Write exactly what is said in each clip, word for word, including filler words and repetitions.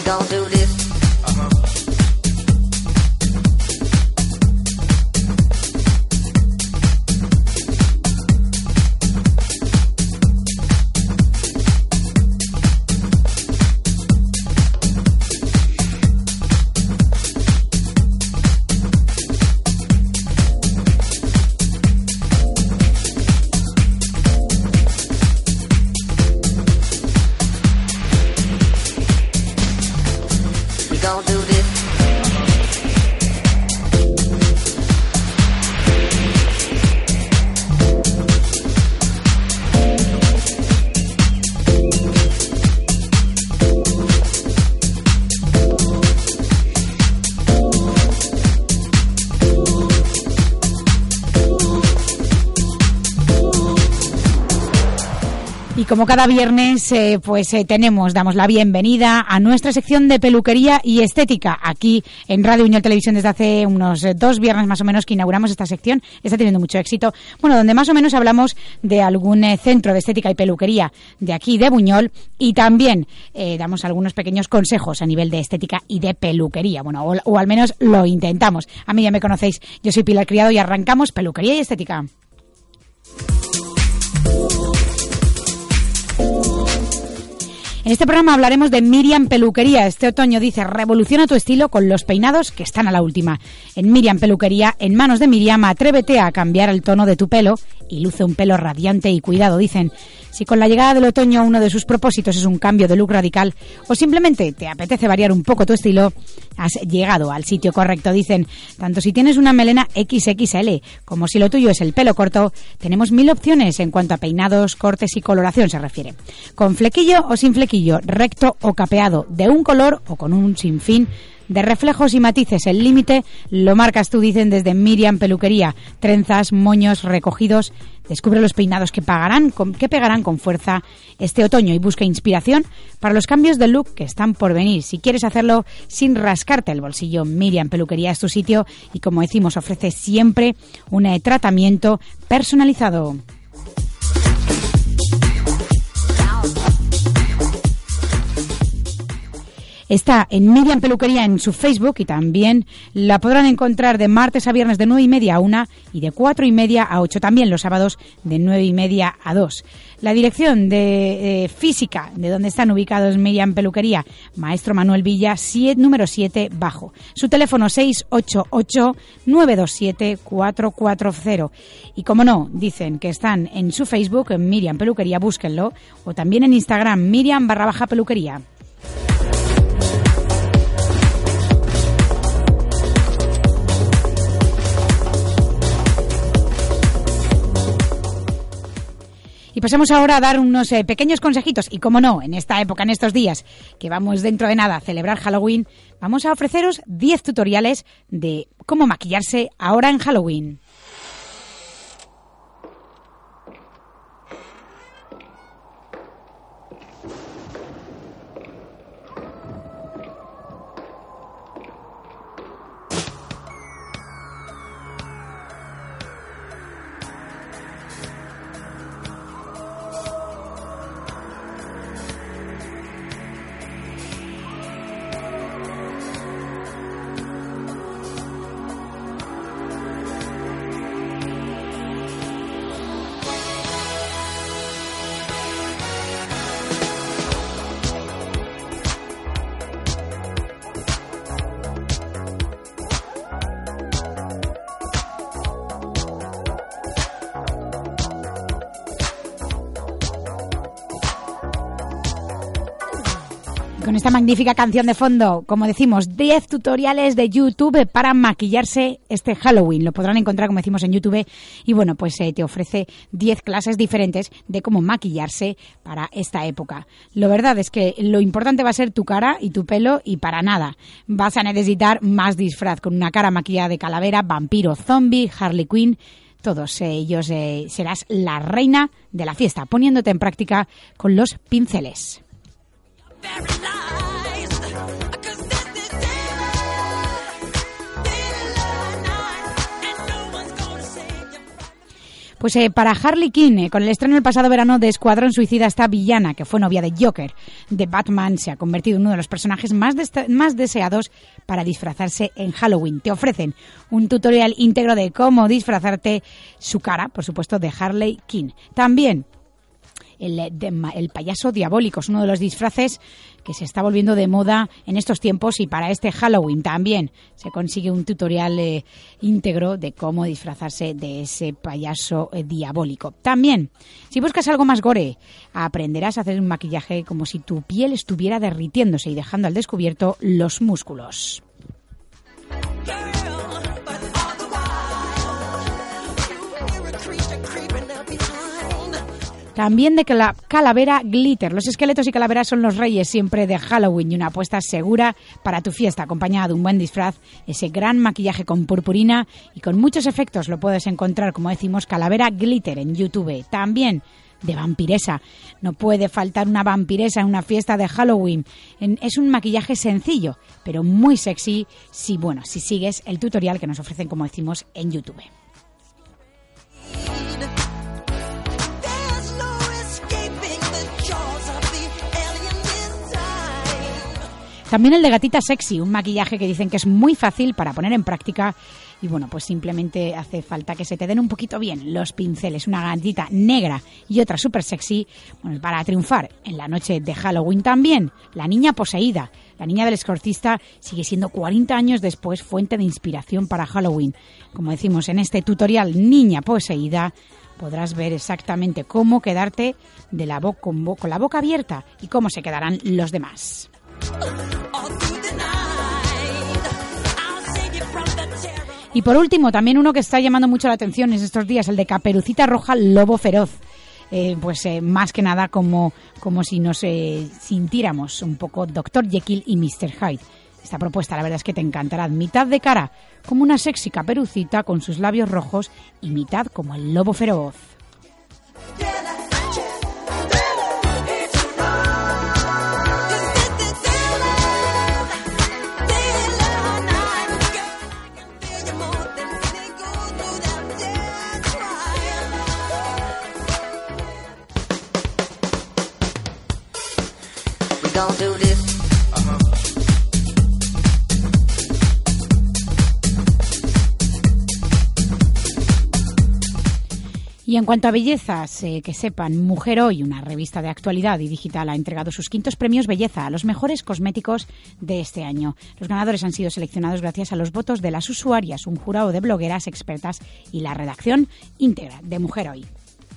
gon' do this. Uh-huh. Como cada viernes, eh, pues eh, tenemos, damos la bienvenida a nuestra sección de peluquería y estética aquí en Radio Buñol Televisión desde hace unos eh, dos viernes más o menos que inauguramos esta sección. Está teniendo mucho éxito. Bueno, donde más o menos hablamos de algún eh, centro de estética y peluquería de aquí de Buñol y también eh, damos algunos pequeños consejos a nivel de estética y de peluquería. Bueno, o, o al menos lo intentamos. A mí ya me conocéis, yo soy Pilar Criado y arrancamos peluquería y estética. En este programa hablaremos de Miriam Peluquería. Este otoño, dice, revoluciona tu estilo con los peinados que están a la última. En Miriam Peluquería, en manos de Miriam, atrévete a cambiar el tono de tu pelo y luce un pelo radiante y cuidado, dicen. Si con la llegada del otoño uno de sus propósitos es un cambio de look radical o simplemente te apetece variar un poco tu estilo, has llegado al sitio correcto, dicen. Tanto si tienes una melena equis equis ele como si lo tuyo es el pelo corto, tenemos mil opciones en cuanto a peinados, cortes y coloración se refiere. Con flequillo o sin flequillo, recto o capeado, de un color o con un sinfín de reflejos y matices. El límite lo marcas tú, dicen desde Miriam Peluquería. Trenzas, moños, recogidos. Descubre los peinados que, pagarán con, que pegarán con fuerza este otoño y busca inspiración para los cambios de look que están por venir. Si quieres hacerlo sin rascarte el bolsillo, Miriam Peluquería es tu sitio y, como decimos, ofrece siempre un eh, tratamiento personalizado. Está en Miriam Peluquería en su Facebook y también la podrán encontrar de martes a viernes de nueve y media a una y de cuatro y media a ocho, también los sábados de nueve y media a dos. La dirección de eh, física de donde están ubicados Miriam Peluquería, Maestro Manuel Villa, siete, número siete, bajo. Su teléfono seis ocho ocho, nueve dos siete, cuatro cuatro cero. Y como no, dicen que están en su Facebook, en Miriam Peluquería, búsquenlo, o también en Instagram, Miriam barra baja peluquería. Y pasamos ahora a dar unos eh, pequeños consejitos. Y como no, en esta época, en estos días, que vamos dentro de nada a celebrar Halloween, vamos a ofreceros diez tutoriales de cómo maquillarse ahora en Halloween. Con esta magnífica canción de fondo, como decimos, diez tutoriales de YouTube para maquillarse este Halloween. Lo podrán encontrar, como decimos, en YouTube. Y bueno, pues eh, te ofrece diez clases diferentes de cómo maquillarse para esta época. Lo verdad es que lo importante va a ser tu cara y tu pelo, y para nada vas a necesitar más disfraz. Con una cara maquillada de calavera, vampiro, zombie, Harley Quinn, todos ellos eh, serás la reina de la fiesta, poniéndote en práctica con los pinceles. Pues eh, para Harley Quinn, eh, con el estreno el pasado verano de Escuadrón Suicida, esta villana, que fue novia de Joker, de Batman, se ha convertido en uno de los personajes más, más deseados para disfrazarse en Halloween. Te ofrecen un tutorial íntegro de cómo disfrazarte, su cara, por supuesto, de Harley Quinn. También El, de, el payaso diabólico es uno de los disfraces que se está volviendo de moda en estos tiempos, y para este Halloween también se consigue un tutorial eh, íntegro de cómo disfrazarse de ese payaso eh, diabólico. También, si buscas algo más gore, aprenderás a hacer un maquillaje como si tu piel estuviera derritiéndose y dejando al descubierto los músculos. También de la calavera glitter. Los esqueletos y calaveras son los reyes siempre de Halloween y una apuesta segura para tu fiesta, acompañada de un buen disfraz, ese gran maquillaje con purpurina y con muchos efectos. Lo puedes encontrar, como decimos, calavera glitter en YouTube. También de vampiresa. No puede faltar una vampiresa en una fiesta de Halloween. Es un maquillaje sencillo, pero muy sexy, si, bueno, si sigues el tutorial que nos ofrecen, como decimos, en YouTube. También el de gatita sexy, un maquillaje que dicen que es muy fácil para poner en práctica y bueno, pues simplemente hace falta que se te den un poquito bien los pinceles. Una gatita negra y otra súper sexy, bueno, para triunfar en la noche de Halloween. También la niña poseída, la niña del exorcista, sigue siendo cuarenta años después fuente de inspiración para Halloween. Como decimos en este tutorial Niña poseída, podrás ver exactamente cómo quedarte de la bo- con, bo- con la boca abierta y cómo se quedarán los demás. Y por último, también uno que está llamando mucho la atención en estos días, el de Caperucita Roja, Lobo Feroz. Eh, pues eh, más que nada como, como si nos eh, sintiéramos un poco doctor Jekyll y mister Hyde. Esta propuesta la verdad es que te encantará. Mitad de cara como una sexy Caperucita con sus labios rojos y mitad como el Lobo Feroz. Y en cuanto a bellezas, eh, que sepan, Mujer Hoy, una revista de actualidad y digital, ha entregado sus quintos premios Belleza a los mejores cosméticos de este año. Los ganadores han sido seleccionados gracias a los votos de las usuarias, un jurado de blogueras expertas y la redacción íntegra de Mujer Hoy.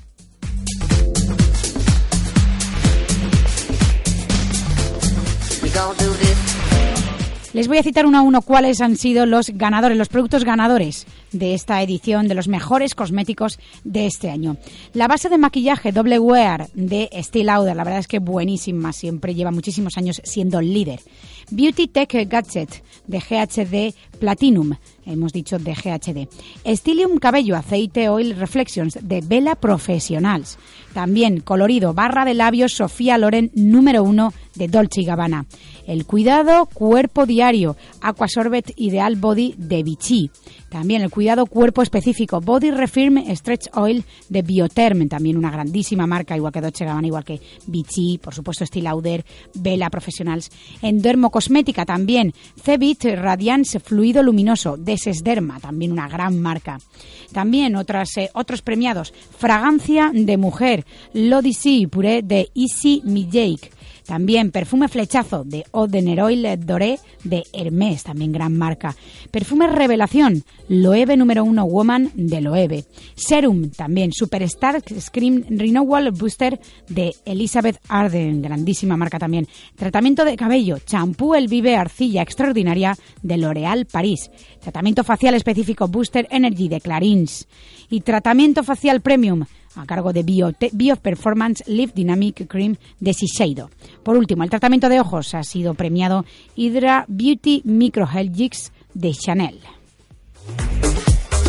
Les voy a citar uno a uno cuáles han sido los ganadores, los productos ganadores de esta edición de los mejores cosméticos de este año. La base de maquillaje Double Wear de Estée Lauder, la verdad es que buenísima, siempre lleva muchísimos años siendo líder. Beauty Tech Gadget de G H D Platinum, hemos dicho de G H D. Stylium Cabello Aceite Oil Reflections de Vela Professionals. También colorido barra de labios Sofía Loren número uno de Dolce y Gabbana. El cuidado cuerpo diario Aqua Sorbet Ideal Body de Vichy. También el cuidado cuerpo específico Body Refirm Stretch Oil de Bioterm, también una grandísima marca, igual que Dolce y Gabbana, igual que Vichy, por supuesto Estée Lauder, Vela Professionals. En dermocosmética también Cebit Radiance Fluido Luminoso de Sesderma, también una gran marca. También otras, eh, otros premiados, fragancia de mujer, l'Odyssey Puré de Easy Me Jake. También perfume flechazo de Eau de Neroil Doré de Hermès, también gran marca. Perfume revelación, Loewe número uno Woman de Loewe. Serum también, Superstar Scream Renewal Booster de Elizabeth Arden, grandísima marca también. Tratamiento de cabello, champú El Vive Arcilla Extraordinaria de L'Oréal París. Tratamiento facial específico Booster Energy de Clarins. Y tratamiento facial premium a cargo de Bio, Bio Performance Lift Dynamic Cream de Shiseido. Por último, el tratamiento de ojos ha sido premiado Hydra Beauty Micro Gel Jigs de Chanel.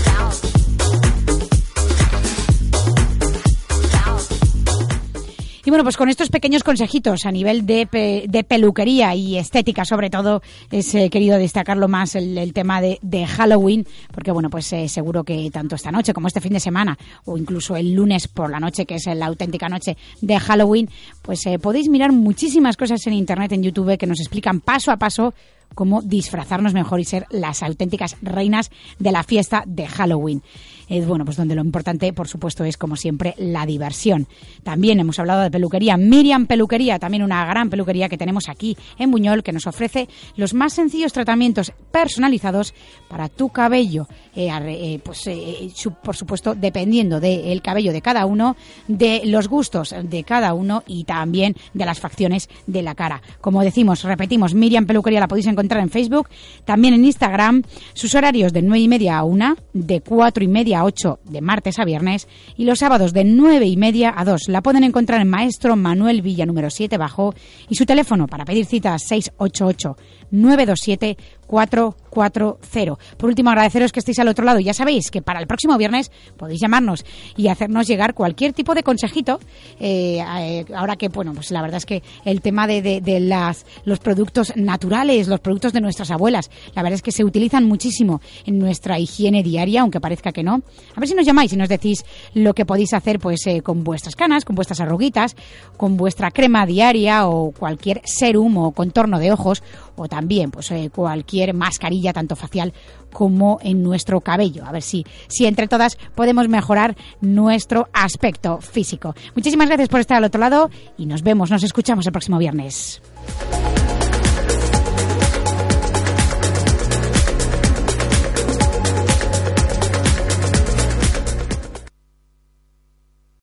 Y bueno, pues con estos pequeños consejitos a nivel de, pe, de peluquería y estética, sobre todo, es eh, querido destacarlo más el, el tema de, de Halloween, porque bueno, pues eh, seguro que tanto esta noche como este fin de semana, o incluso el lunes por la noche, que es la auténtica noche de Halloween, pues eh, podéis mirar muchísimas cosas en internet, en YouTube, que nos explican paso a paso cómo disfrazarnos mejor y ser las auténticas reinas de la fiesta de Halloween. Eh, bueno, pues donde lo importante, por supuesto, es, como siempre, la diversión. También hemos hablado de peluquería. Miriam Peluquería, también una gran peluquería que tenemos aquí en Buñol, que nos ofrece los más sencillos tratamientos personalizados para tu cabello. Eh, eh, pues, eh, su, por supuesto, dependiendo del cabello de cada uno, de los gustos de cada uno y también de las facciones de la cara. Como decimos, repetimos, Miriam Peluquería la podéis encontrar en Facebook, también en Instagram. Sus horarios de nueve y media a una, de cuatro y media a ocho de martes a viernes, y los sábados de nueve y media a dos. La pueden encontrar en Maestro Manuel Villa número siete bajo, y su teléfono para pedir cita seis ocho ocho, nueve dos siete, cuatro cuatro cero. Por último, agradeceros que estéis al otro lado. Ya sabéis que para el próximo viernes podéis llamarnos y hacernos llegar cualquier tipo de consejito. Eh, eh, ahora que, bueno, pues la verdad es que el tema de, de, de las, los productos naturales, los productos de nuestras abuelas, la verdad es que se utilizan muchísimo en nuestra higiene diaria, aunque parezca que no. A ver si nos llamáis y nos decís lo que podéis hacer, pues eh, con vuestras canas, con vuestras arruguitas, con vuestra crema diaria o cualquier serum o contorno de ojos, o también pues eh, cualquier mascarilla, tanto facial como en nuestro cabello. A ver si, si entre todas podemos mejorar nuestro aspecto físico. Muchísimas gracias por estar al otro lado y nos vemos, nos escuchamos el próximo viernes.